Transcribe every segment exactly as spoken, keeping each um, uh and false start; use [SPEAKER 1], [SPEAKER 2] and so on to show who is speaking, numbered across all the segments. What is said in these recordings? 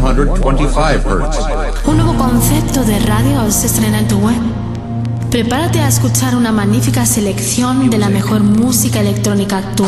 [SPEAKER 1] ciento veinticinco hertz.
[SPEAKER 2] Un nuevo concepto de radio se estrena en tu web. Prepárate a escuchar una magnífica selección de la mejor música electrónica actual.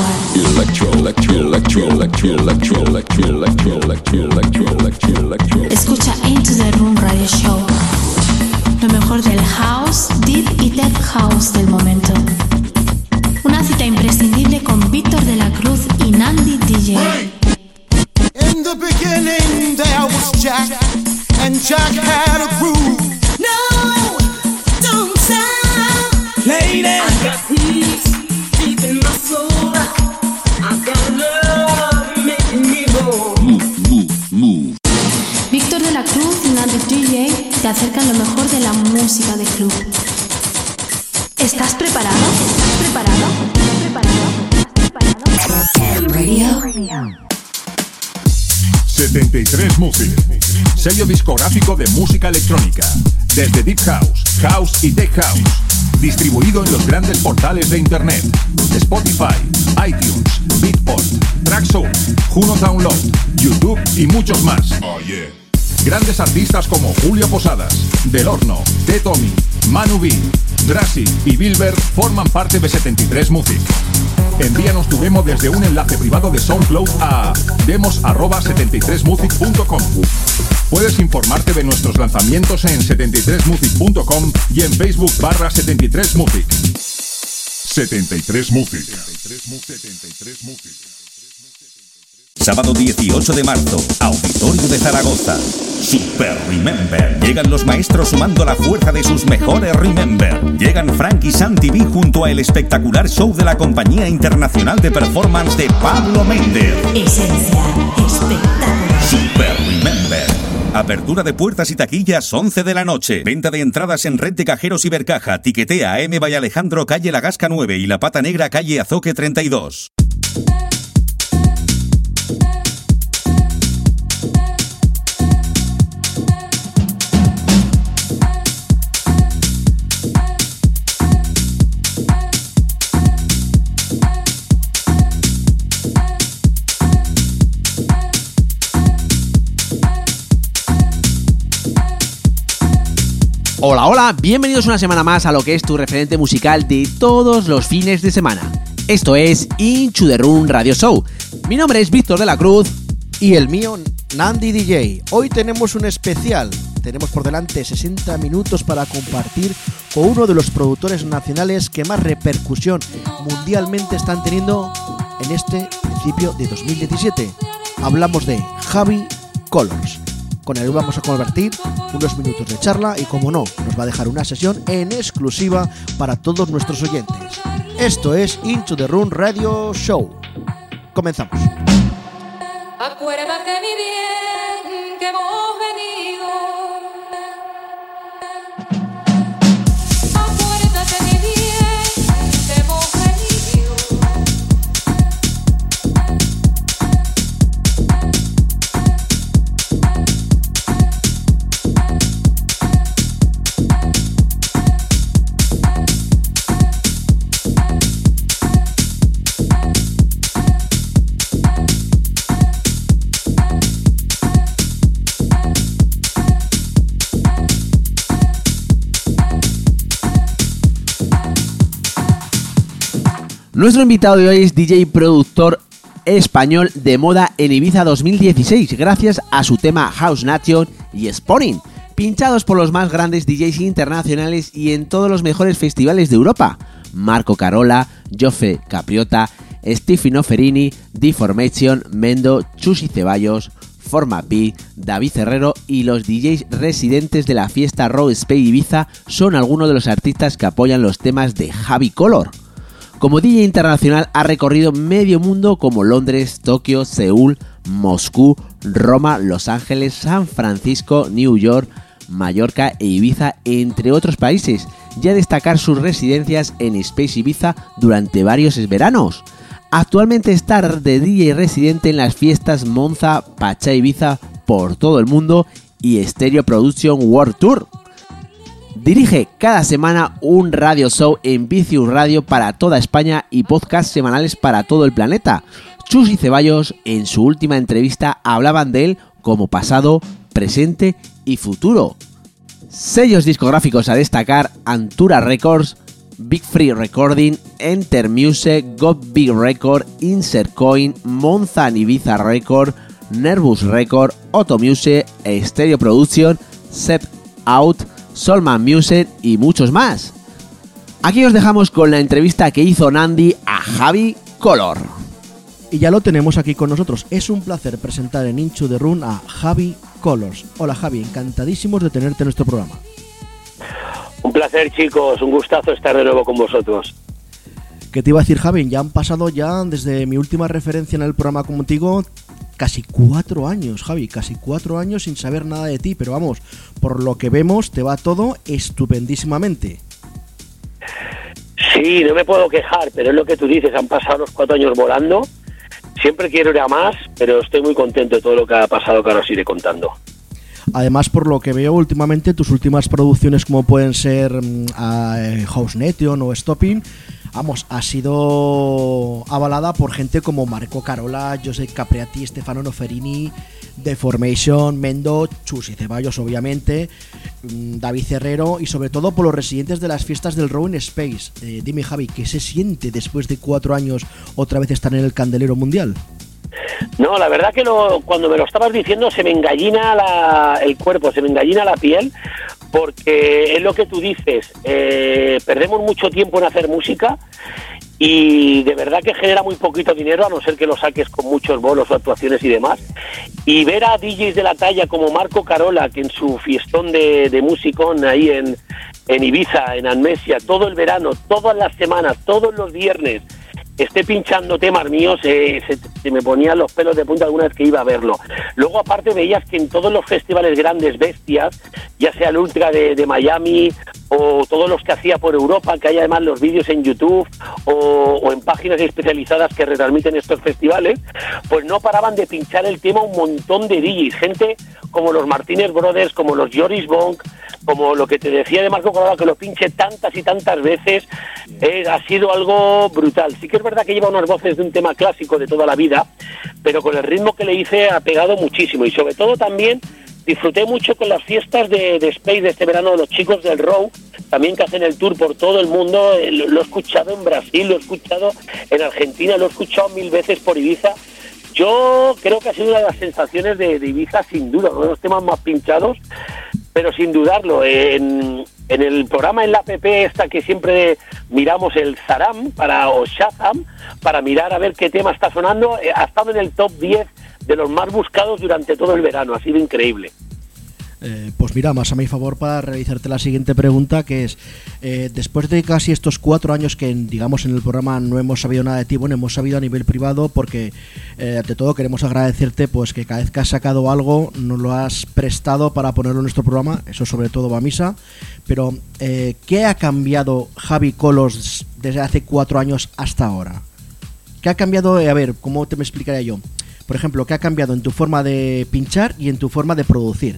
[SPEAKER 2] Escucha Into the Room Radio Show. Lo mejor del house, deep y tech house del momento. Una cita imprescindible con Víctor de la Cruz y Nandi D J.
[SPEAKER 3] In the beginning there was Jack, and Jack had a groove. No, don't stop, lady. I got peace deep in my soul. I got love making me go.
[SPEAKER 1] Move, move, move.
[SPEAKER 2] Víctor de la Cruz y Nandi D J te acercan lo mejor de la música de club. ¿Estás preparado? ¿Estás preparado? ¿Estás preparado? ¿Estás preparado? Radio.
[SPEAKER 4] setenta y tres Music, sello discográfico de música electrónica, desde Deep House, House y Tech House, distribuido en los grandes portales de internet, Spotify, iTunes, Beatport, Traxsource, Juno Download, YouTube y muchos más. Oh, yeah. Grandes artistas como Julio Posadas, Del Horno, T. Tommy, Manu B, Drassi y Bilber forman parte de setenta y tres Music. Envíanos tu demo desde un enlace privado de SoundCloud a demos arroba setenta y tres music punto com. Puedes informarte de nuestros lanzamientos en setenta y tres music punto com y en Facebook barra setenta y tres music. setenta y tres Music. setenta y tres Music.
[SPEAKER 5] Sábado dieciocho de marzo, Auditorio de Zaragoza. Super Remember. Llegan los maestros sumando la fuerza de sus mejores Remember. Llegan Frank y Santi B junto a el espectacular show de la Compañía Internacional de Performance de Pablo Méndez.
[SPEAKER 2] Esencial, espectacular.
[SPEAKER 5] Super Remember. Apertura de puertas y taquillas once de la noche. Venta de entradas en Red de Cajeros Ibercaja. Tiquetea a M. Valle Alejandro, calle La Gasca nueve y La Pata Negra, calle Azoque treinta y dos.
[SPEAKER 6] Hola, hola, bienvenidos una semana más a lo que es tu referente musical de todos los fines de semana. Esto es Into the Room Radio Show. Mi nombre es Víctor de la Cruz.
[SPEAKER 7] Y el mío, Nandi D J. Hoy tenemos un especial. Tenemos por delante sesenta minutos para compartir con uno de los productores nacionales que más repercusión mundialmente están teniendo en este principio de dos mil diecisiete. Hablamos de Javi Colors. Con él vamos a convertir unos minutos de charla y, como no, nos va a dejar una sesión en exclusiva para todos nuestros oyentes. Esto es Into the Room Radio Show. Comenzamos.
[SPEAKER 8] Acuérdate, mi bien, que hemos venido. Acuérdate, mi bien, que hemos venido.
[SPEAKER 6] Nuestro invitado de hoy es D J productor español de moda en Ibiza dos mil dieciséis, gracias a su tema House Nation y Spawning, pinchados por los más grandes D Js internacionales y en todos los mejores festivales de Europa: Marco Carola, Joffe Capriota, Stefano Ferini, Deformation, Mendo, Chusi Ceballos, Forma P, David Herrero y los D Js residentes de la fiesta Raw Space Ibiza son algunos de los artistas que apoyan los temas de Javi Color. Como D J internacional ha recorrido medio mundo como Londres, Tokio, Seúl, Moscú, Roma, Los Ángeles, San Francisco, New York, Mallorca e Ibiza, entre otros países, y a destacar sus residencias en Space Ibiza durante varios veranos. Actualmente está de D J residente en las fiestas Monza, Pacha Ibiza por todo el mundo y Stereo Production World Tour. Dirige cada semana un radio show en Vicious Radio para toda España y podcasts semanales para todo el planeta. Chus y Ceballos, en su última entrevista, hablaban de él como pasado, presente y futuro. Sellos discográficos a destacar: Antura Records, Big Free Recording, Enter Music, Got Big Record, Insert Coin, Monza and Ibiza Record, Nervous Record, Otto Music, Stereo Production, Set Out, Solman Music y muchos más. Aquí os dejamos con la entrevista que hizo Nandi a Javi Color.
[SPEAKER 7] Y ya lo tenemos aquí con nosotros. Es un placer presentar en Into the Room a Javi Colors. Hola Javi, encantadísimos de tenerte en nuestro programa.
[SPEAKER 9] Un placer, chicos, un gustazo estar de nuevo con vosotros.
[SPEAKER 7] ¿Qué te iba a decir, Javi? Ya han pasado ya, desde mi última referencia en el programa contigo, casi cuatro años, Javi, casi cuatro años sin saber nada de ti, pero vamos, por lo que vemos te va todo estupendísimamente.
[SPEAKER 9] Sí, no me puedo quejar, pero es lo que tú dices, han pasado los cuatro años volando. Siempre quiero ir a más, pero estoy muy contento de todo lo que ha pasado, que ahora os iré contando.
[SPEAKER 7] Además, por lo que veo últimamente, tus últimas producciones, como pueden ser uh, House Nation o Stopping, vamos, ha sido avalada por gente como Marco Carola, José Capriati, Stefano Noferini, The Formation, Mendo, Chus y Ceballos, obviamente, David Herrero y sobre todo por los residentes de las fiestas del Raw in Space. Eh, dime, Javi, ¿qué se siente después de cuatro años otra vez estar en el candelero mundial?
[SPEAKER 9] No, la verdad que lo, cuando me lo estabas diciendo se me engallina la, el cuerpo, se me engallina la piel, porque es lo que tú dices, eh, perdemos mucho tiempo en hacer música y de verdad que genera muy poquito dinero, a no ser que lo saques con muchos bolos o actuaciones y demás. Y ver a D Js de la talla como Marco Carola, que en su fiestón de, de musicón ahí en, en Ibiza, en Amnesia, todo el verano, todas las semanas, todos los viernes, esté pinchando temas míos, eh, se, se me ponían los pelos de punta alguna vez que iba a verlo. Luego, aparte, veías que en todos los festivales grandes bestias, ya sea el Ultra de, de Miami o todos los que hacía por Europa, que hay además los vídeos en YouTube o, o en páginas especializadas que retransmiten estos festivales, pues no paraban de pinchar el tema un montón de D Js, gente como los Martínez Brothers, como los Joris Bonk, como lo que te decía de Marco Corrado, que lo pinche tantas y tantas veces, eh, ha sido algo brutal. Sí que es verdad que lleva unas voces de un tema clásico de toda la vida, pero con el ritmo que le hice ha pegado muchísimo, y sobre todo también disfruté mucho con las fiestas de, de Space de este verano de los chicos del Raw, también que hacen el tour por todo el mundo. Lo, lo he escuchado en Brasil, lo he escuchado en Argentina, lo he escuchado mil veces por Ibiza. Yo creo que ha sido una de las sensaciones de, de Ibiza, sin duda, uno de los temas más pinchados, pero sin dudarlo. En, en el programa, en la app esta que siempre miramos, el Zaram para, o Shazam, para mirar a ver qué tema está sonando, ha estado en el top diez de los más buscados durante todo el verano. Ha sido increíble.
[SPEAKER 7] Eh, pues mira, más a mi favor para realizarte la siguiente pregunta, que es, eh, después de casi estos cuatro años que, digamos, en el programa no hemos sabido nada de ti, bueno, hemos sabido a nivel privado, porque eh, ante todo queremos agradecerte pues que cada vez que has sacado algo nos lo has prestado para ponerlo en nuestro programa, eso sobre todo va a misa, pero eh, ¿qué ha cambiado Javi Colors desde hace cuatro años hasta ahora? ¿Qué ha cambiado? Eh, a ver, ¿cómo te me explicaría yo? Por ejemplo, ¿qué ha cambiado en tu forma de pinchar y en tu forma de producir?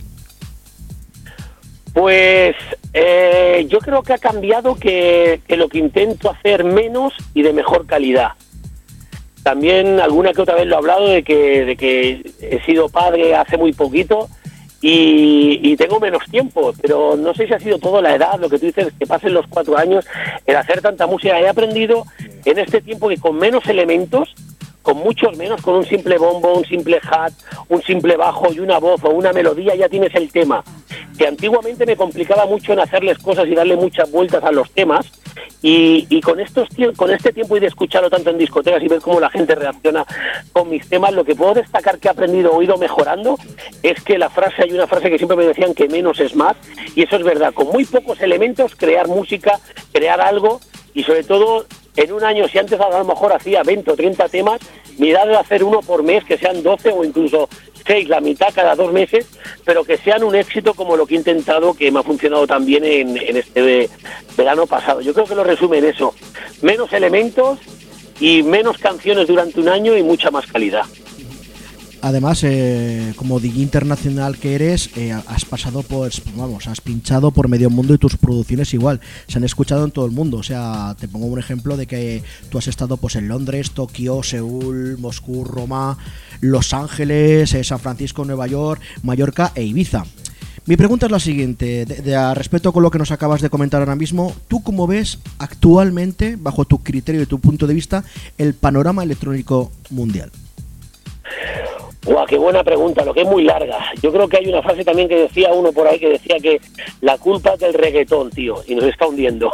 [SPEAKER 9] Pues eh, yo creo que ha cambiado que, que lo que intento hacer menos y de mejor calidad. También alguna que otra vez lo he hablado de que, de que he sido padre hace muy poquito y, y tengo menos tiempo, pero no sé si ha sido todo la edad, lo que tú dices, que pasen los cuatro años, el hacer tanta música. He aprendido en este tiempo que con menos elementos, con muchos menos, con un simple bombo, un simple hat, un simple bajo y una voz o una melodía, ya tienes el tema. Que antiguamente me complicaba mucho en hacerles cosas y darle muchas vueltas a los temas, y, y con estos con este tiempo y de escucharlo tanto en discotecas y ver cómo la gente reacciona con mis temas, lo que puedo destacar que he aprendido o ido mejorando es que la frase, hay una frase que siempre me decían, que menos es más, y eso es verdad. Con muy pocos elementos crear música, crear algo, y sobre todo en un año, si antes a lo mejor hacía veinte o treinta temas, mi idea de hacer uno por mes, que sean doce o incluso seis, la mitad cada dos meses, pero que sean un éxito como lo que he intentado, que me ha funcionado también en, en este verano pasado. Yo creo que lo resume en eso: menos elementos y menos canciones durante un año y mucha más calidad.
[SPEAKER 7] Además, eh, como D J internacional que eres, eh, has pasado por, vamos, has pinchado por medio mundo y tus producciones igual se han escuchado en todo el mundo. O sea, te pongo un ejemplo de que tú has estado pues en Londres, Tokio, Seúl, Moscú, Roma, Los Ángeles, eh, San Francisco, Nueva York, Mallorca e Ibiza. Mi pregunta es la siguiente, de, de a respecto con lo que nos acabas de comentar ahora mismo, ¿tú cómo ves actualmente, bajo tu criterio y tu punto de vista, el panorama electrónico mundial?
[SPEAKER 9] Guau, qué buena pregunta, lo que es muy larga. Yo creo que hay una frase también que decía uno por ahí que decía que la culpa es del reggaetón, tío, y nos está hundiendo.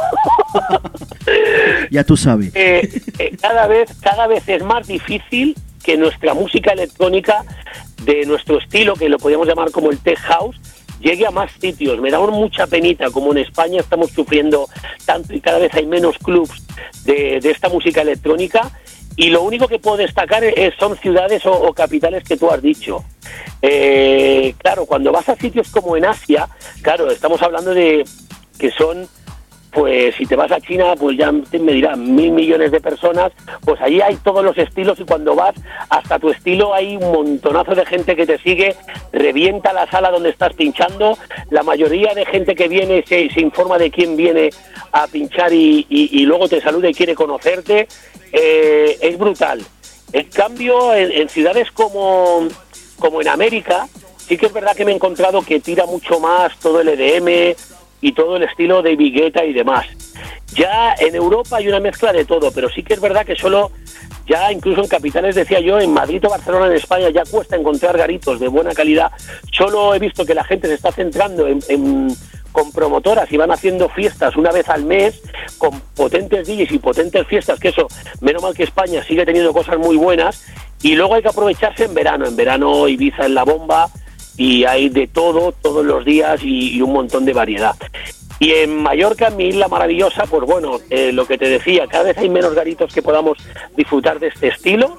[SPEAKER 7] Ya tú sabes.
[SPEAKER 9] Eh, eh, cada vez, cada vez es más difícil que nuestra música electrónica de nuestro estilo, que lo podríamos llamar como el tech house, llegue a más sitios. Me da mucha penita, como en España estamos sufriendo tanto y cada vez hay menos clubs de, de esta música electrónica. Y lo único que puedo destacar es, son ciudades o, o capitales que tú has dicho. Eh, claro, cuando vas a sitios como en Asia, claro, estamos hablando de que son, pues si te vas a China, pues ya me dirán mil millones de personas, pues allí hay todos los estilos y cuando vas hasta tu estilo hay un montonazo de gente que te sigue, revienta la sala donde estás pinchando, la mayoría de gente que viene se, se informa de quién viene a pinchar y, y, y luego te saluda y quiere conocerte. Eh, es brutal. En cambio, en, en ciudades como, como en América, sí que es verdad que me he encontrado que tira mucho más todo el E D M y todo el estilo de David Guetta y demás. Ya en Europa hay una mezcla de todo, pero sí que es verdad que solo, ya incluso en capitales, decía yo, en Madrid o Barcelona, en España, ya cuesta encontrar garitos de buena calidad. Solo he visto que la gente se está centrando en... en con promotoras y van haciendo fiestas una vez al mes con potentes D Js y potentes fiestas, que eso, menos mal que España sigue teniendo cosas muy buenas, y luego hay que aprovecharse en verano, en verano Ibiza en la bomba y hay de todo, todos los días y, y un montón de variedad. Y en Mallorca, en mi isla maravillosa, pues bueno, eh, lo que te decía, cada vez hay menos garitos que podamos disfrutar de este estilo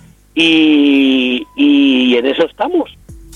[SPEAKER 9] y, y en eso estamos.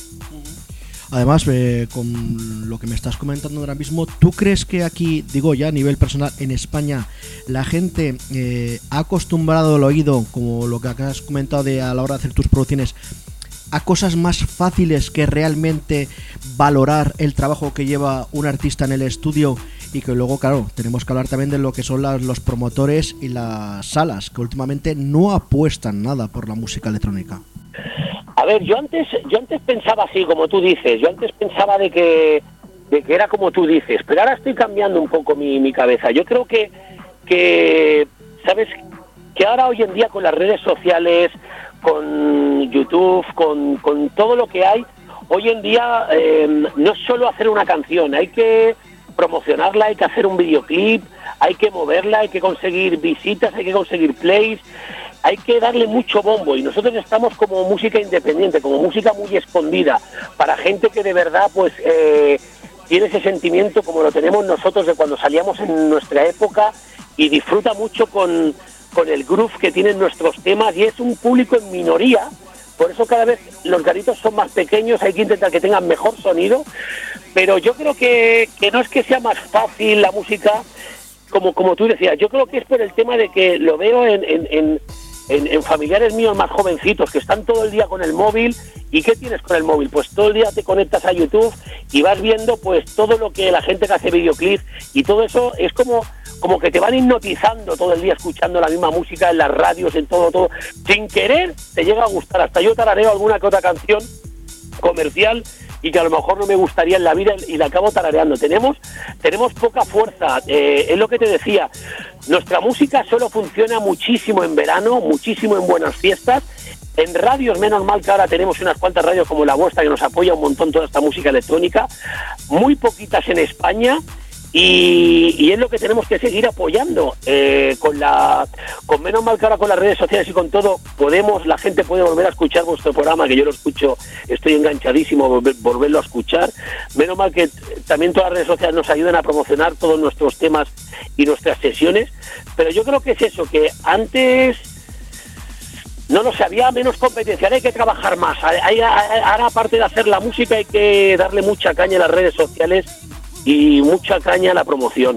[SPEAKER 7] Además, eh, con lo que me estás comentando ahora mismo, ¿tú crees que aquí, digo ya a nivel personal, en España, la gente eh, ha acostumbrado el oído, como lo que has comentado de a la hora de hacer tus producciones, a cosas más fáciles que realmente valorar el trabajo que lleva un artista en el estudio? Y que luego, claro, tenemos que hablar también de lo que son las, los promotores y las salas, que últimamente no apuestan nada por la música electrónica.
[SPEAKER 9] A ver, yo antes yo antes pensaba así, como tú dices, yo antes pensaba de que de que era como tú dices, pero ahora estoy cambiando un poco mi, mi cabeza. Yo creo que, que, ¿sabes? Que ahora hoy en día con las redes sociales, con YouTube, con, con todo lo que hay, hoy en día eh, no es solo hacer una canción, hay que promocionarla, hay que hacer un videoclip, hay que moverla, hay que conseguir visitas, hay que conseguir plays, hay que darle mucho bombo, y nosotros estamos como música independiente, como música muy escondida, para gente que de verdad pues eh, tiene ese sentimiento como lo tenemos nosotros de cuando salíamos en nuestra época y disfruta mucho con, con el groove que tienen nuestros temas, y es un público en minoría. Por eso cada vez los garitos son más pequeños, hay que intentar que tengan mejor sonido, pero yo creo que, que no es que sea más fácil la música, como, como tú decías, yo creo que es por el tema de que lo veo en, en, en, en, en familiares míos más jovencitos que están todo el día con el móvil. ¿Y qué tienes con el móvil? Pues todo el día te conectas a YouTube y vas viendo pues todo lo que la gente que hace videoclips, y todo eso es como... como que te van hipnotizando todo el día escuchando la misma música en las radios, en todo, todo. Sin querer te llega a gustar. Hasta yo tarareo alguna que otra canción comercial y que a lo mejor no me gustaría en la vida y la acabo tarareando. Tenemos, tenemos poca fuerza, eh, es lo que te decía. Nuestra música solo funciona muchísimo en verano, muchísimo en buenas fiestas. En radios, menos mal que ahora tenemos unas cuantas radios como la vuestra que nos apoya un montón toda esta música electrónica. Muy poquitas en España. Y, y es lo que tenemos que seguir apoyando eh, con la con menos mal que ahora con las redes sociales y con todo podemos la gente puede volver a escuchar vuestro programa, que yo lo escucho, estoy enganchadísimo volver, volverlo a escuchar. Menos mal que también todas las redes sociales nos ayudan a promocionar todos nuestros temas y nuestras sesiones, pero yo creo que es eso, que antes no lo sé, había menos competencia, ahora hay que trabajar más, hay, hay, ahora aparte de hacer la música hay que darle mucha caña a las redes sociales y mucha caña a la promoción.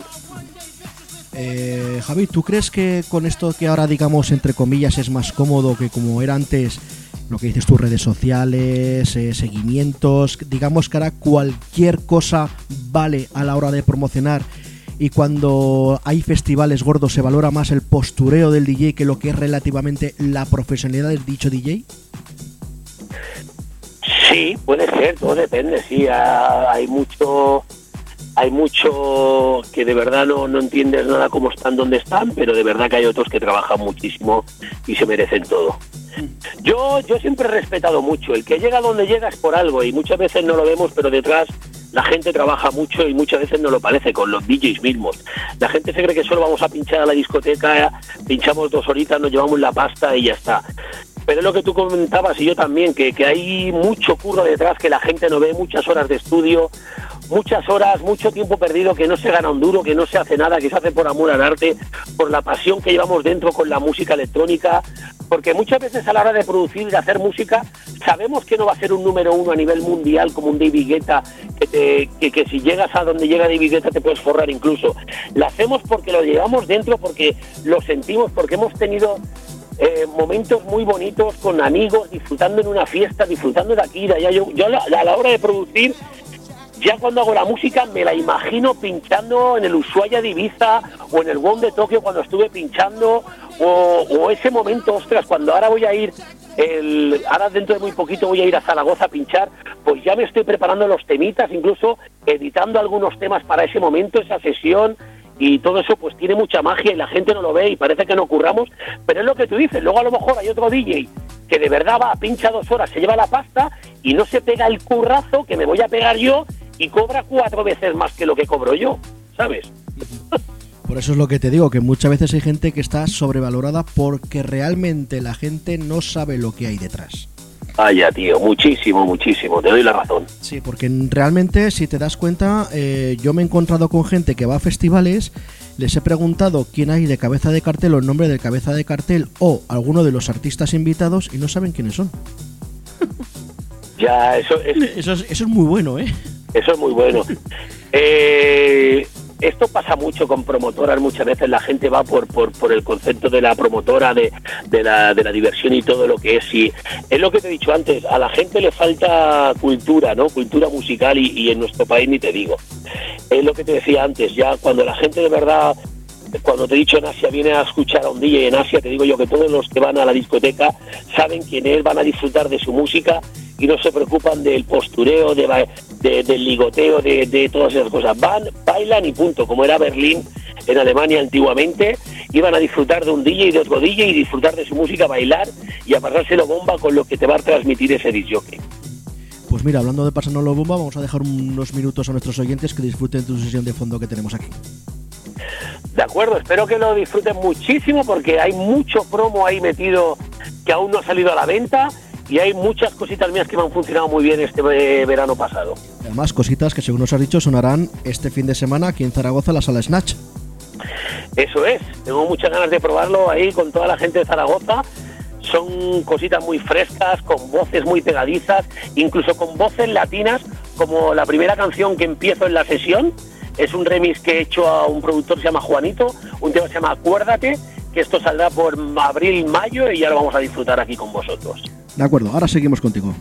[SPEAKER 7] Eh, Javi, ¿tú crees que con esto que ahora digamos entre comillas es más cómodo que como era antes, lo que dices tú, redes sociales, eh, seguimientos, digamos que ahora cualquier cosa vale a la hora de promocionar, y cuando hay festivales gordos se valora más el postureo del D J que lo que es relativamente la profesionalidad del dicho D J?
[SPEAKER 9] Sí, puede ser, todo depende, sí, hay mucho... Hay mucho que de verdad no, no entiendes nada cómo están, dónde están, pero de verdad que hay otros que trabajan muchísimo y se merecen todo. Yo, yo siempre he respetado mucho, el que llega donde llega es por algo, y muchas veces no lo vemos, pero detrás la gente trabaja mucho y muchas veces no lo parece, con los D Js mismos. La gente se cree que solo vamos a pinchar a la discoteca, pinchamos dos horitas, nos llevamos la pasta y ya está. Pero es lo que tú comentabas, y yo también, que, que hay mucho curro detrás que la gente no ve, muchas horas de estudio, muchas horas, mucho tiempo perdido, que no se gana un duro, que no se hace nada, que se hace por amor al arte, por la pasión que llevamos dentro con la música electrónica, porque muchas veces a la hora de producir y de hacer música sabemos que no va a ser un número uno a nivel mundial como un David Guetta, que, te, que, que si llegas a donde llega David Guetta te puedes forrar incluso. La hacemos porque lo llevamos dentro, porque lo sentimos, porque hemos tenido Eh, momentos muy bonitos con amigos, disfrutando en una fiesta, disfrutando de aquí, de allá. Yo, yo a, la, a la hora de producir, ya cuando hago la música me la imagino pinchando en el Ushuaia de Ibiza o en el WOM de Tokio cuando estuve pinchando, o, o ese momento, ostras, cuando ahora voy a ir, el, ahora dentro de muy poquito voy a ir a Zaragoza a pinchar, pues ya me estoy preparando los temitas, incluso editando algunos temas para ese momento, esa sesión. Y todo eso pues tiene mucha magia y la gente no lo ve y parece que no curramos, pero es lo que tú dices. Luego a lo mejor hay otro D J que de verdad va, pincha dos horas, se lleva la pasta y no se pega el currazo que me voy a pegar yo y cobra cuatro veces más que lo que cobro yo, ¿sabes?
[SPEAKER 7] Por eso es lo que te digo, que muchas veces hay gente que está sobrevalorada porque realmente la gente no sabe lo que hay detrás.
[SPEAKER 9] Vaya, tío, muchísimo, muchísimo, te doy la razón.
[SPEAKER 7] Sí, porque realmente, si te das cuenta, eh, yo me he encontrado con gente que va a festivales, les he preguntado quién hay de cabeza de cartel o el nombre del cabeza de cartel o alguno de los artistas invitados y no saben quiénes son.
[SPEAKER 9] Ya, eso es...
[SPEAKER 7] Eso es, eso es muy bueno, ¿eh?
[SPEAKER 9] Eso es muy bueno. Eh... Esto pasa mucho con promotoras, muchas veces la gente va por por, por el concepto de la promotora, de, de, la, de la diversión y todo lo que es. Y es lo que te he dicho antes, a la gente le falta cultura, ¿no? Cultura musical y, y en nuestro país ni te digo. Es lo que te decía antes, ya cuando la gente de verdad, cuando te he dicho en Asia, viene a escuchar a un D J en Asia, te digo yo que todos los que van a la discoteca saben quién es, van a disfrutar de su música y no se preocupan del postureo, de, de, del ligoteo, de, de todas esas cosas. Van, bailan y punto, como era Berlín en Alemania antiguamente, iban a disfrutar de un D J y de otro D J y disfrutar de su música, bailar y a pasárselo bomba con lo que te va a transmitir ese disc jockey.
[SPEAKER 7] Pues mira, hablando de pasárnoslo bomba, vamos a dejar unos minutos a nuestros oyentes que disfruten de tu sesión de fondo que tenemos aquí.
[SPEAKER 9] De acuerdo, espero que lo disfruten muchísimo porque hay mucho promo ahí metido que aún no ha salido a la venta. Y hay muchas cositas mías que me han funcionado muy bien este verano pasado.
[SPEAKER 7] Además, cositas que según nos has dicho sonarán este fin de semana aquí en Zaragoza, en la sala Snatch.
[SPEAKER 9] Eso es, tengo muchas ganas de probarlo ahí con toda la gente de Zaragoza. Son cositas muy frescas, con voces muy pegadizas, incluso con voces latinas, como la primera canción que empiezo en la sesión. Es un remix que he hecho a un productor que se llama Juanito, un tema que se llama Acuérdate, que esto saldrá por abril, mayo y ya lo vamos a disfrutar aquí con vosotros.
[SPEAKER 7] De acuerdo, ahora seguimos contigo.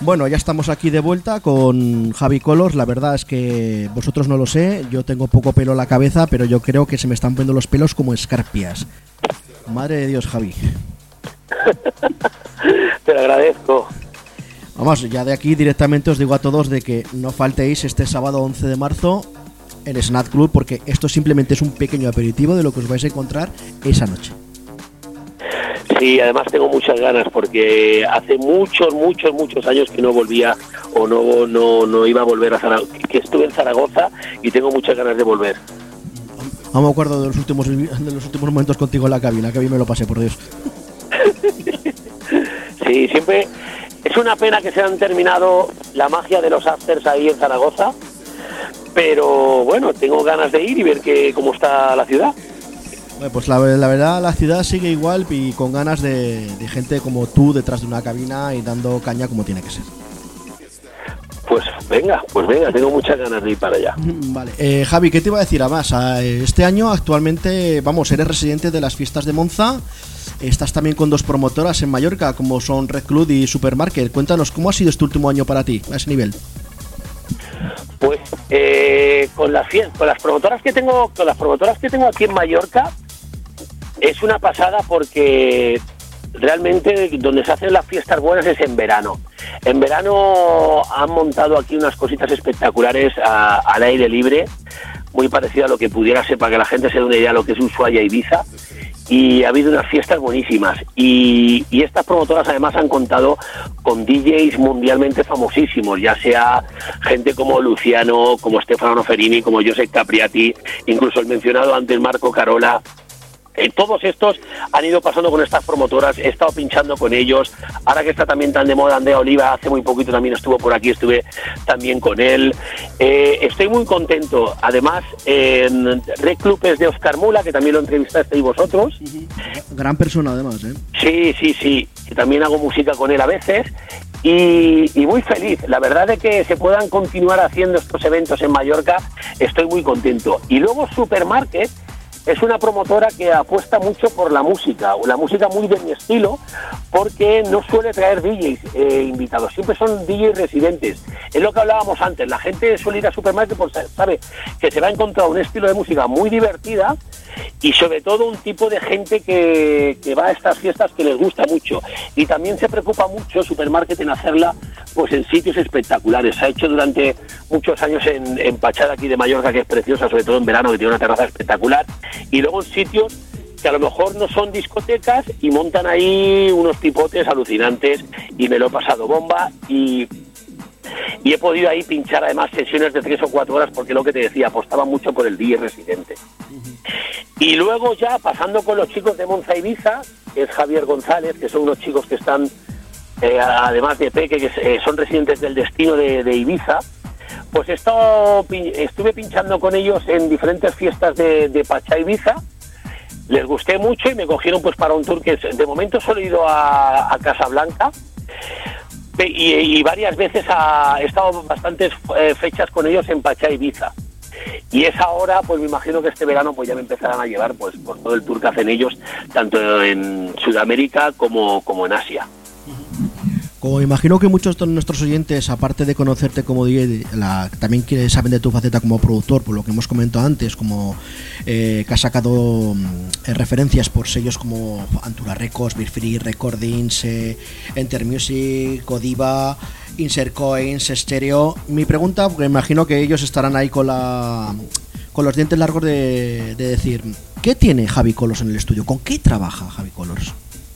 [SPEAKER 7] Bueno, ya estamos aquí de vuelta con Javi Colors. La verdad es que vosotros no lo sé, yo tengo poco pelo en la cabeza, pero yo creo que se me están poniendo los pelos como escarpias. Madre de Dios, Javi.
[SPEAKER 9] Te lo agradezco.
[SPEAKER 7] Vamos, ya de aquí directamente os digo a todos de que no faltéis este sábado once de marzo en Snack Club, porque esto simplemente es un pequeño aperitivo de lo que os vais a encontrar esa noche.
[SPEAKER 9] Sí, además tengo muchas ganas porque hace muchos, muchos, muchos años que no volvía o no no no iba a volver a Zaragoza, que estuve en Zaragoza y tengo muchas ganas de volver.
[SPEAKER 7] No me acuerdo de los últimos de los últimos momentos contigo en la cabina, que bien me lo pasé, por Dios.
[SPEAKER 9] Sí, siempre es una pena que se han terminado la magia de los afters ahí en Zaragoza, pero bueno, tengo ganas de ir y ver que cómo está la ciudad.
[SPEAKER 7] Bueno, pues la, la verdad, la ciudad sigue igual y con ganas de, de gente como tú detrás de una cabina y dando caña como tiene que ser.
[SPEAKER 9] Pues venga, pues venga, tengo muchas ganas de ir para allá.
[SPEAKER 7] Vale, eh, Javi, ¿qué te iba a decir? Además, este año actualmente, vamos, eres residente de las fiestas de Monza. Estás también con dos promotoras en Mallorca, como son Red Club y Supermarket. Cuéntanos, ¿cómo ha sido este último año para ti, a ese nivel?
[SPEAKER 9] Pues eh, con las fiestas, con las promotoras que tengo, con las promotoras que tengo aquí en Mallorca, es una pasada porque realmente donde se hacen las fiestas buenas es en verano. En verano han montado aquí unas cositas espectaculares a, al aire libre, muy parecido a lo que pudiera ser, para que la gente se dé una idea de lo que es Ushuaia y Ibiza. Y ha habido unas fiestas buenísimas y, y estas promotoras además han contado con D Js mundialmente famosísimos, ya sea gente como Luciano, como Stefano Ferini, como Josep Capriati, incluso el mencionado antes Marco Carola. Eh, todos estos han ido pasando con estas promotoras, he estado pinchando con ellos, ahora que está también tan de moda Andrea Oliva, hace muy poquito también estuvo por aquí, estuve también con él. Eh, estoy muy contento, además en Red Club es de Oscar Mula, que también lo entrevistasteis vosotros.
[SPEAKER 7] Gran persona además, ¿eh?
[SPEAKER 9] Sí, sí, sí, y también hago música con él a veces. Y, y muy feliz, la verdad de que se puedan continuar haciendo estos eventos en Mallorca, estoy muy contento. Y luego Supermarket es una promotora que apuesta mucho por la música, o la música muy de mi estilo, porque no suele traer D Js eh, invitados, siempre son D Js residentes. Es lo que hablábamos antes, la gente suele ir a Supermarket porque sabe que se va a encontrar un estilo de música muy divertida y sobre todo un tipo de gente que, que va a estas fiestas que les gusta mucho. Y también se preocupa mucho Supermarket en hacerla pues en sitios espectaculares. Se ha hecho durante muchos años en, en Pachada aquí de Mallorca, que es preciosa, sobre todo en verano, que tiene una terraza espectacular, y luego en sitios que a lo mejor no son discotecas y montan ahí unos tipotes alucinantes y me lo he pasado bomba y, y he podido ahí pinchar además sesiones de tres o cuatro horas porque lo que te decía, apostaba mucho por el D J residente. Y luego ya pasando con los chicos de Monza Ibiza, que es Javier González, que son unos chicos que están, eh, además de Peque, que eh, son residentes del Destino de, de Ibiza, pues he estado, estuve pinchando con ellos en diferentes fiestas de, de Pachá Ibiza. Les gusté mucho y me cogieron pues para un tour que de momento solo he ido a, a Casablanca y, y varias veces a, he estado bastantes eh, fechas con ellos en Pachá Ibiza. Y es ahora, pues me imagino que este verano pues ya me empezarán a llevar pues por todo el tour que hacen ellos, tanto en Sudamérica como, como en Asia.
[SPEAKER 7] Como imagino que muchos de nuestros oyentes, aparte de conocerte como D J, la, también saben de tu faceta como productor, por lo que hemos comentado antes, como eh, que has sacado eh, referencias por sellos como Antura Records, Beer Free Recordings, eh, Enter Music, Godiva, Insert Coins, Stereo. Mi pregunta, porque imagino que ellos estarán ahí con la con los dientes largos de, de decir, ¿qué tiene Javi Colors en el estudio? ¿Con qué trabaja Javi Colors?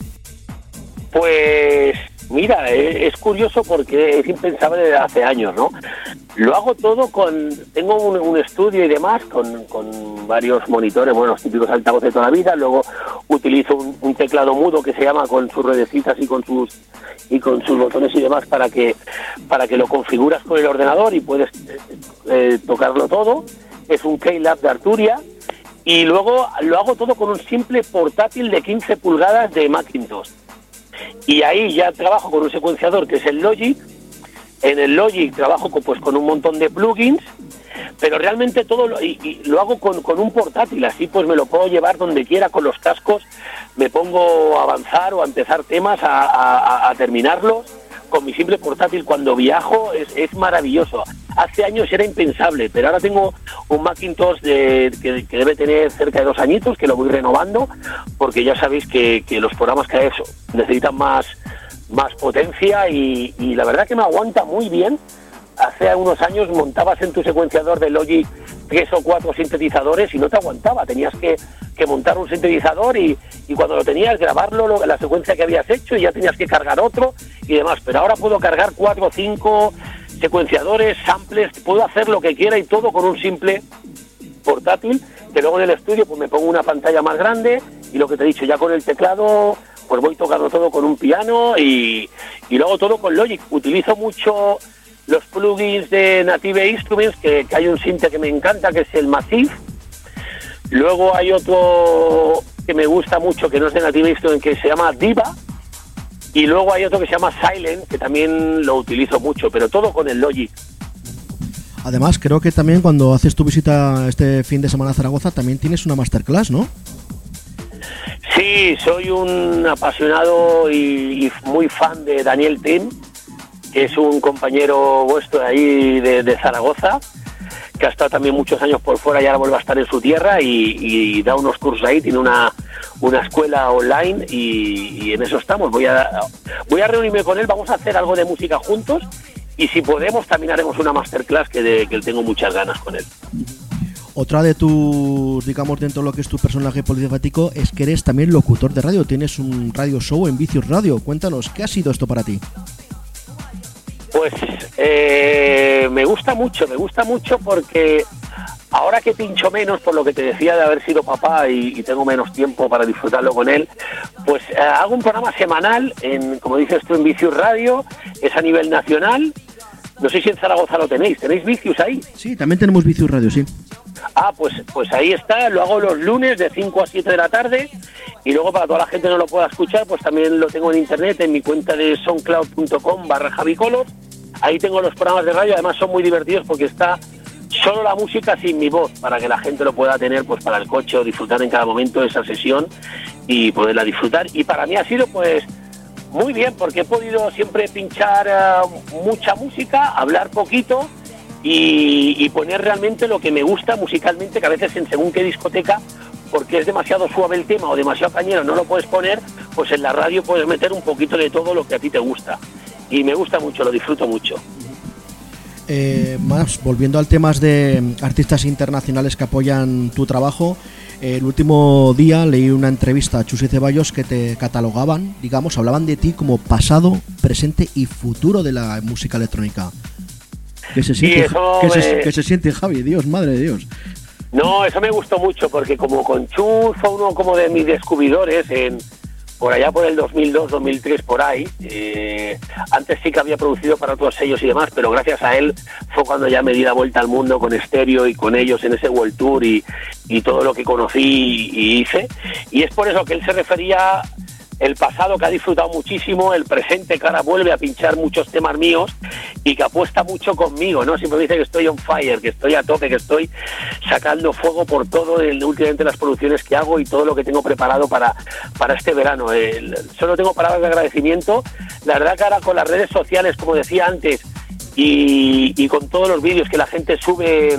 [SPEAKER 9] Pues mira, es curioso porque es impensable desde hace años, ¿no? Lo hago todo con... Tengo un, un estudio y demás con, con varios monitores, bueno, los típicos altavoces de toda la vida. Luego utilizo un, un teclado mudo que se llama con sus ruedecitas y con sus y con sus botones y demás para que para que lo configuras con el ordenador y puedes eh, tocarlo todo. Es un Keylab de Arturia. Y luego lo hago todo con un simple portátil de quince pulgadas de Macintosh. Y ahí ya trabajo con un secuenciador que es el Logic. En el Logic trabajo con, pues, con un montón de plugins, pero realmente todo lo, y, y lo hago con, con un portátil, así pues me lo puedo llevar donde quiera con los cascos, me pongo a avanzar o a empezar temas, a, a, a terminarlos con mi simple portátil cuando viajo es, es maravilloso. Hace años era impensable, pero ahora tengo un Macintosh de, que, que debe tener cerca de dos añitos, que lo voy renovando, porque ya sabéis que, que los programas cada vez necesitan más, más potencia y, y la verdad que me aguanta muy bien. Hace unos años montabas en tu secuenciador de Logic tres o cuatro sintetizadores y no te aguantaba, tenías que, que montar un sintetizador y, y cuando lo tenías grabarlo, lo, la secuencia que habías hecho y ya tenías que cargar otro y demás, pero ahora puedo cargar cuatro o cinco secuenciadores, samples, puedo hacer lo que quiera y todo con un simple portátil, que luego en el estudio pues me pongo una pantalla más grande y lo que te he dicho, ya con el teclado pues voy tocando todo con un piano y, y luego todo con Logic. Utilizo mucho los plugins de Native Instruments, que, que hay un sinte que me encanta, que es el Massive. Luego hay otro que me gusta mucho, que no es de Native Instruments, que se llama Diva. Y luego hay otro que se llama Silent, que también lo utilizo mucho, pero todo con el Logic.
[SPEAKER 7] Además, creo que también cuando haces tu visita este fin de semana a Zaragoza, también tienes una masterclass, ¿no?
[SPEAKER 9] Sí, soy un apasionado y, y muy fan de Daniel Tim, que es un compañero vuestro de ahí de, de Zaragoza, que ha estado también muchos años por fuera y ahora vuelve a estar en su tierra y, y da unos cursos ahí, tiene una, una escuela online y, y en eso estamos. Voy a, voy a reunirme con él, vamos a hacer algo de música juntos y si podemos también haremos una masterclass que, de, que tengo muchas ganas con él.
[SPEAKER 7] Otra de tus, digamos, dentro de lo que es tu personaje polifacético es que eres también locutor de radio, tienes un radio show en Vicious Radio. Cuéntanos, ¿qué ha sido esto para ti?
[SPEAKER 9] Pues eh, me gusta mucho, me gusta mucho porque ahora que pincho menos, por lo que te decía de haber sido papá y, y tengo menos tiempo para disfrutarlo con él, pues eh, hago un programa semanal, en, como dices tú, en Vicious Radio, es a nivel nacional. No sé si en Zaragoza lo tenéis, ¿tenéis Vicious ahí?
[SPEAKER 7] Sí, también tenemos Vicious Radio, sí.
[SPEAKER 9] Ah, pues pues ahí está, lo hago los lunes de cinco a siete de la tarde y luego para toda la gente que no lo pueda escuchar, pues también lo tengo en internet, en mi cuenta de soundcloud punto com barra javicolor. Ahí tengo los programas de radio, además son muy divertidos porque está solo la música sin mi voz, para que la gente lo pueda tener pues para el coche o disfrutar en cada momento de esa sesión y poderla disfrutar. Y para mí ha sido pues muy bien, porque he podido siempre pinchar uh, mucha música, hablar poquito y, y poner realmente lo que me gusta musicalmente, que a veces en según qué discoteca, porque es demasiado suave el tema o demasiado cañero, no lo puedes poner, pues en la radio puedes meter un poquito de todo lo que a ti te gusta. Y me gusta mucho, lo disfruto mucho.
[SPEAKER 7] Eh, más, volviendo al tema de artistas internacionales que apoyan tu trabajo, eh, el último día leí una entrevista a Chus y Ceballos que te catalogaban, digamos, hablaban de ti como pasado, presente y futuro de la música electrónica. ¿Qué se siente, ¿qué se, ¿qué se siente, Javi? Dios, madre de Dios.
[SPEAKER 9] No, eso me gustó mucho porque como con Chus fue uno como de mis descubridores en por allá por el dos mil dos, dos mil tres, por ahí. Eh, antes sí que había producido para otros sellos y demás, pero gracias a él fue cuando ya me di la vuelta al mundo con Stereo y con ellos en ese World Tour y, y todo lo que conocí y, y hice. Y es por eso que él se refería el pasado, que ha disfrutado muchísimo, el presente, que ahora vuelve a pinchar muchos temas míos y que apuesta mucho conmigo, ¿no? Siempre me dice que estoy on fire, que estoy a tope, que estoy sacando fuego por todo, el, últimamente las producciones que hago y todo lo que tengo preparado para, para este verano. El, solo tengo palabras de agradecimiento. La verdad que ahora con las redes sociales, como decía antes, y, y con todos los vídeos que la gente sube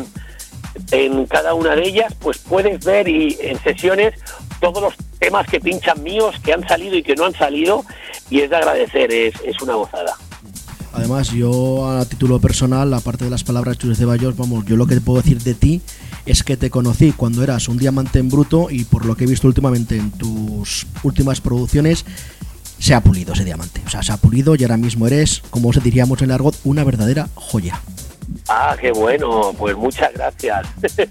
[SPEAKER 9] en cada una de ellas, pues puedes ver y en sesiones todos los temas que pinchan míos, que han salido y que no han salido, y es de agradecer, es, es una gozada.
[SPEAKER 7] Además, yo a título personal, aparte de las palabras Chus de Ceballos, vamos, yo lo que te puedo decir de ti es que te conocí cuando eras un diamante en bruto y por lo que he visto últimamente en tus últimas producciones, se ha pulido ese diamante. O sea, se ha pulido y ahora mismo eres, como os diríamos en el argot, una verdadera joya.
[SPEAKER 9] Ah, qué bueno, pues muchas gracias.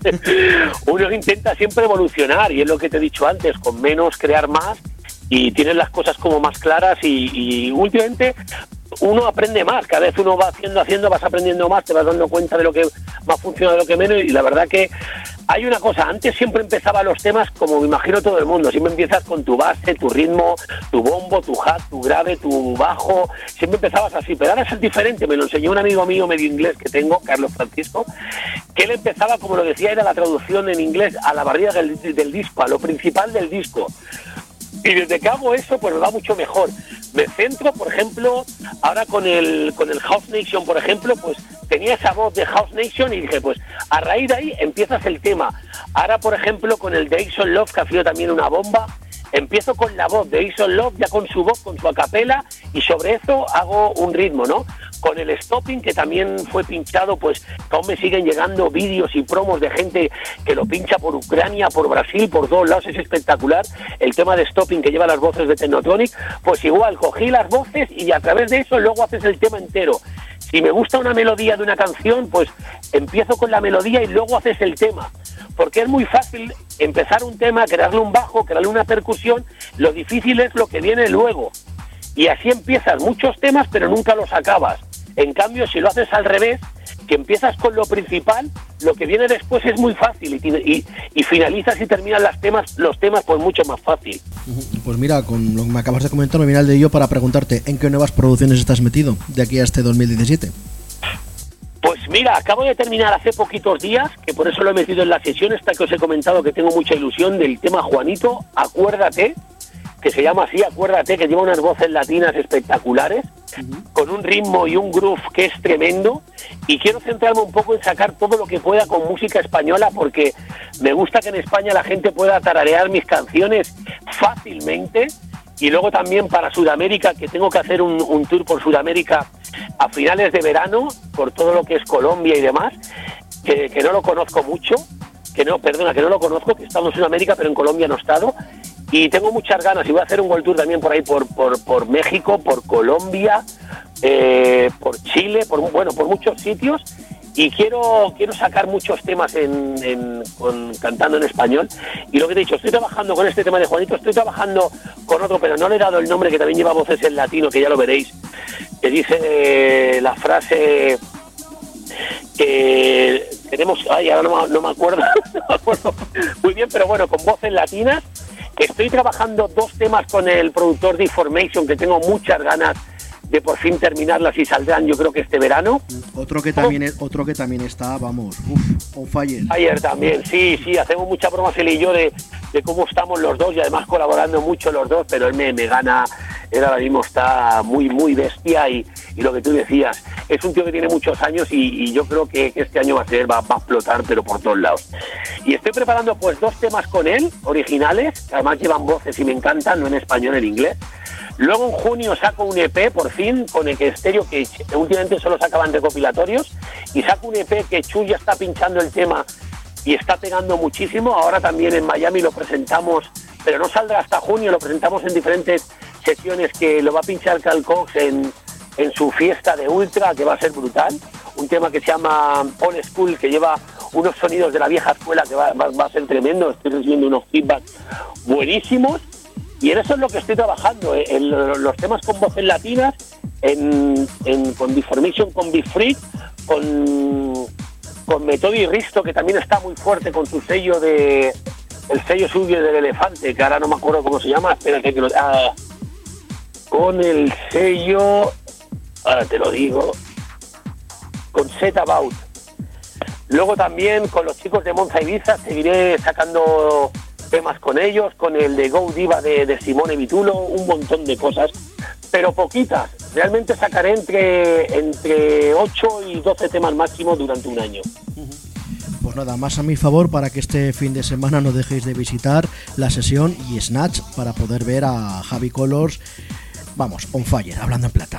[SPEAKER 9] Uno intenta siempre evolucionar y es lo que te he dicho antes, con menos crear más y tienes las cosas como más claras y, y últimamente uno aprende más, cada vez uno va haciendo, haciendo, vas aprendiendo más, te vas dando cuenta de lo que más funciona, de lo que menos y la verdad que hay una cosa, antes siempre empezaba los temas como me imagino todo el mundo, siempre empiezas con tu base, tu ritmo, tu bombo, tu hat, tu grave, tu bajo, siempre empezabas así, pero ahora es diferente, me lo enseñó un amigo mío medio inglés que tengo, Carlos Francisco, que él empezaba, como lo decía, era la traducción en inglés a la barriga del, del disco, a lo principal del disco. Y desde que hago eso, pues me va mucho mejor. me centro, por ejemplo, ahora con el con el House Nation, por ejemplo, pues tenía esa voz de House Nation y dije, pues a raíz de ahí empiezas el tema. Ahora, por ejemplo, con el de Ace Love, que ha sido también una bomba, empiezo con la voz de Ace Love, ya con su voz, con su acapela, y sobre eso hago un ritmo, ¿no? Con el Stopping, que también fue pinchado, pues que aún me siguen llegando vídeos y promos de gente que lo pincha por Ucrania, por Brasil, por todos lados, es espectacular. El tema de Stopping, que lleva las voces de Technotronic, pues igual, cogí las voces y a través de eso luego haces el tema entero. Si me gusta una melodía de una canción, pues empiezo con la melodía y luego haces el tema. Porque es muy fácil empezar un tema, crearle un bajo, crearle una percusión, lo difícil es lo que viene luego. Y así empiezas muchos temas, pero nunca los acabas. En cambio, si lo haces al revés, que empiezas con lo principal, lo que viene después es muy fácil y, y, y finalizas y terminas las temas, los temas pues mucho más fácil.
[SPEAKER 7] Pues mira, con lo que me acabas de comentar, me viene al de ello para preguntarte ¿en qué nuevas producciones estás metido de aquí a este dos mil diecisiete?
[SPEAKER 9] Pues mira, acabo de terminar hace poquitos días, que por eso lo he metido en la sesión esta que os he comentado, que tengo mucha ilusión, del tema Juanito, Acuérdate, que se llama así, Acuérdate, que lleva unas voces latinas espectaculares, uh-huh. con un ritmo y un groove que es tremendo, y quiero centrarme un poco en sacar todo lo que pueda con música española, porque me gusta que en España la gente pueda tararear mis canciones fácilmente, y luego también para Sudamérica, que tengo que hacer un, un tour por Sudamérica a finales de verano, por todo lo que es Colombia y demás, que, que no lo conozco mucho, que no, perdona, que no lo conozco, que he estado en Sudamérica, pero en Colombia no he estado, y tengo muchas ganas, y voy a hacer un World Tour también por ahí, por, por, por México, por Colombia, eh, por Chile, por bueno, por muchos sitios, y quiero quiero sacar muchos temas en, en con, cantando en español. Y lo que te he dicho, estoy trabajando con este tema de Juanito, estoy trabajando con otro, pero no le he dado el nombre, que también lleva voces en latino, que ya lo veréis, que dice eh, la frase que tenemos, ay, ahora no, no me acuerdo, no me acuerdo muy bien, pero bueno, con voces latinas. Estoy trabajando dos temas con el productor de Information, que tengo muchas ganas de por fin terminarlas y saldrán, yo creo que este verano.
[SPEAKER 7] Otro que también es, otro que también está, vamos, uf, on fire.
[SPEAKER 9] Ayer también, sí, sí, hacemos mucha broma él y yo de, de cómo estamos los dos, y además colaborando mucho los dos, pero él me, me gana, él ahora mismo está muy, muy bestia, y, y lo que tú decías, es un tío que tiene muchos años, y, y yo creo que, que este año va a ser, va, va a explotar, pero por todos lados. Y estoy preparando pues dos temas con él, originales, que además llevan voces y me encantan, no en español, en inglés. Luego en junio saco un E P, por fin, con el Estéreo, que últimamente solo sacaban recopilatorios, y saco un E P que Chu ya está pinchando el tema y está pegando muchísimo. Ahora también en Miami lo presentamos, pero no saldrá hasta junio, lo presentamos en diferentes sesiones, que lo va a pinchar Carl Cox en, en su fiesta de Ultra, que va a ser brutal. Un tema que se llama Old School, que lleva unos sonidos de la vieja escuela, que va, va, va a ser tremendo. Estoy recibiendo unos feedbacks buenísimos. Y en eso es lo que estoy trabajando, en, en los temas con voces latinas, en, en, con Deformation, con Be Free, con, con Metodo y Risto, que también está muy fuerte con su sello de, el sello suyo del elefante, que ahora no me acuerdo cómo se llama, espérate que lo, ah, con el sello, ahora te lo digo, con Set About. Luego también con los chicos de Monza Ibiza seguiré sacando temas con ellos, con el de Go Diva de, de Simone Vitulo, un montón de cosas, pero poquitas. Realmente sacaré entre, entre ocho y doce temas máximo durante un año.
[SPEAKER 7] Pues nada, más a mi favor para que este fin de semana no dejéis de visitar la sesión y Snatch para poder ver a Javi Colors, vamos, on fire, hablando en plata.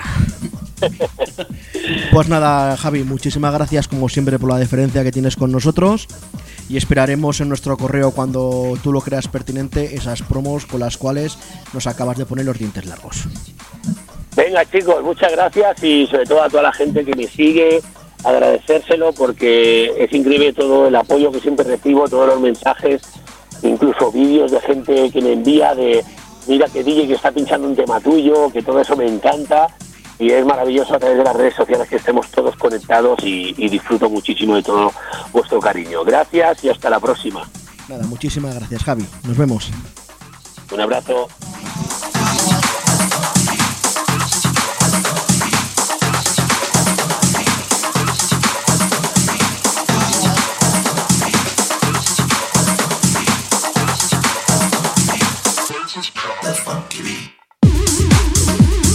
[SPEAKER 7] Pues nada, Javi, muchísimas gracias como siempre por la deferencia que tienes con nosotros, y esperaremos en nuestro correo, cuando tú lo creas pertinente, esas promos con las cuales nos acabas de poner los dientes largos.
[SPEAKER 9] Venga, chicos, muchas gracias, y sobre todo a toda la gente que me sigue, agradecérselo, porque es increíble todo el apoyo que siempre recibo, todos los mensajes, incluso vídeos de gente que me envía de mira que D J que está pinchando un tema tuyo, que todo eso me encanta, y es maravilloso a través de las redes sociales que estemos todos conectados, y, y disfruto muchísimo de todo vuestro cariño. Gracias y hasta la próxima.
[SPEAKER 7] Nada, muchísimas gracias, Javi. Nos vemos.
[SPEAKER 9] Un abrazo.
[SPEAKER 3] The funky beat.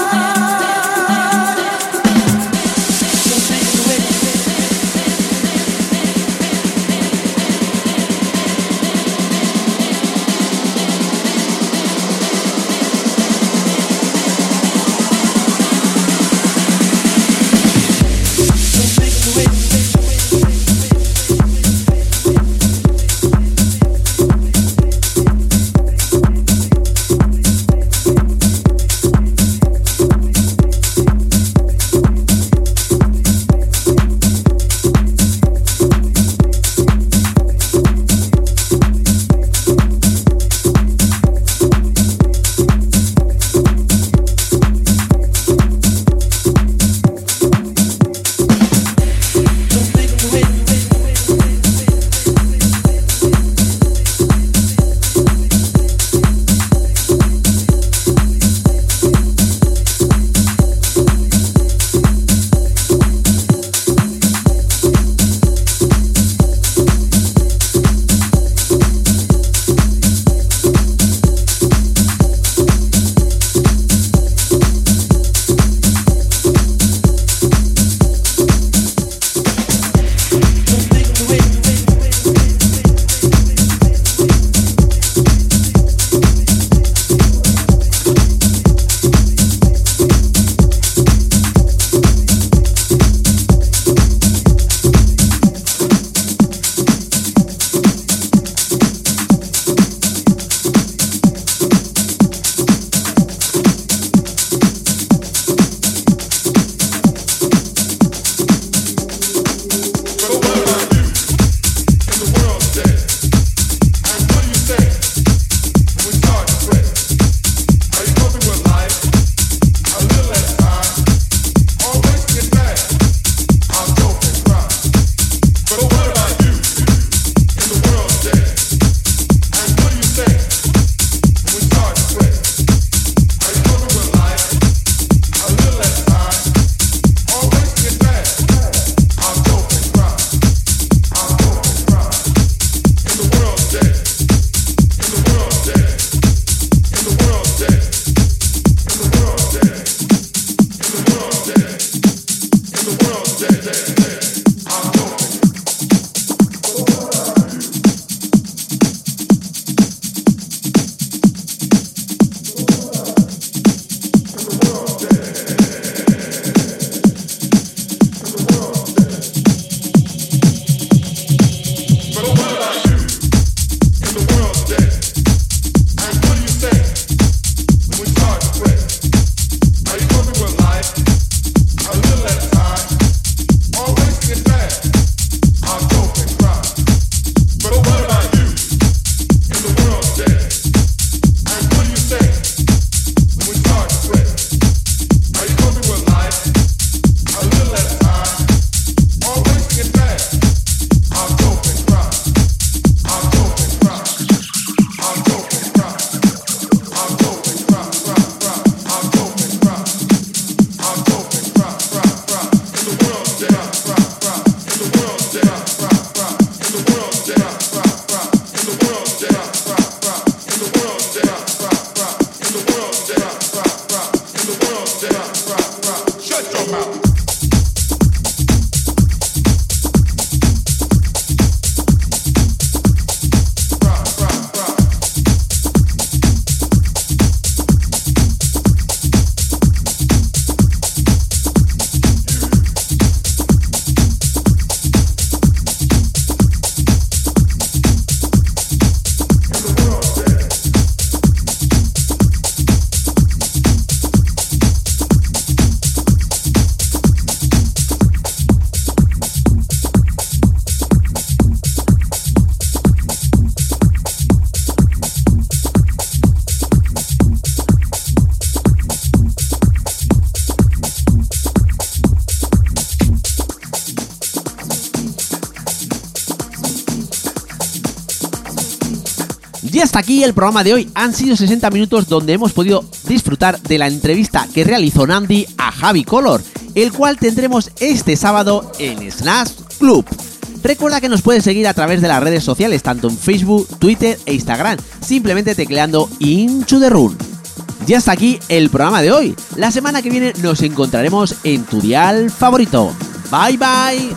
[SPEAKER 6] hasta aquí el programa de hoy. Han sido sesenta minutos donde hemos podido disfrutar de la entrevista que realizó Nandi a Javi Color, el cual tendremos este sábado en Snash Club. Recuerda que nos puedes seguir a través de las redes sociales, tanto en Facebook, Twitter e Instagram, simplemente tecleando Into the Room. Y hasta aquí el programa de hoy. La semana que viene nos encontraremos en tu dial favorito. Bye bye.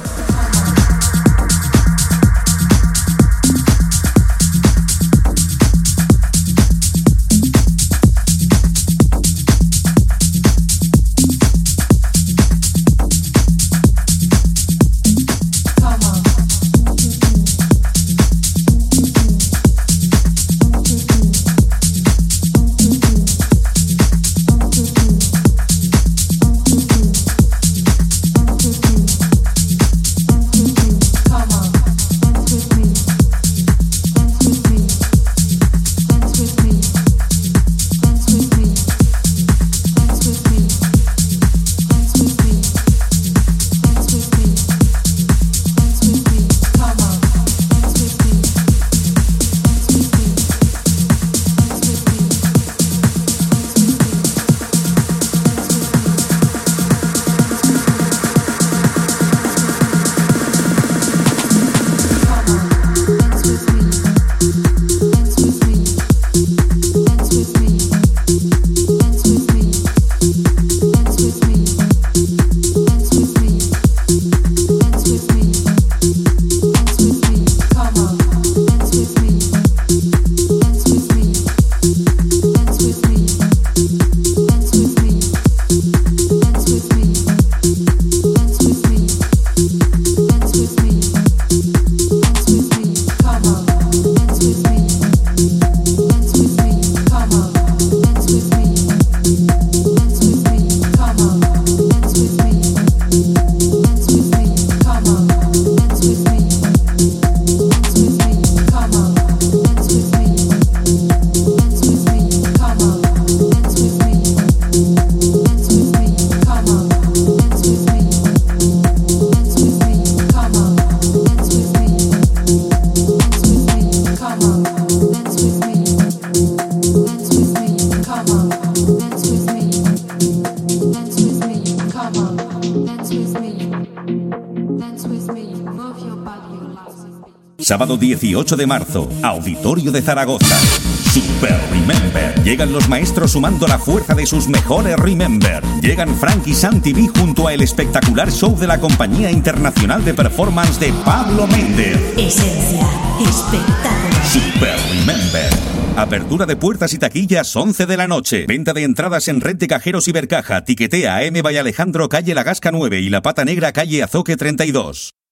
[SPEAKER 5] Sábado dieciocho de marzo, Auditorio de Zaragoza. Super Remember. Llegan los maestros sumando la fuerza de sus mejores Remember. Llegan Frank y Santi B junto a el espectacular show de la Compañía Internacional de Performance de Pablo Méndez.
[SPEAKER 10] Esencia, espectáculo.
[SPEAKER 5] Super Remember. Apertura de puertas y taquillas once de la noche. Venta de entradas en Red de Cajeros y Bercaja. Tiquetea a M. Valle Alejandro, calle La Gasca nueve y La Pata Negra, calle Azoque treinta y dos.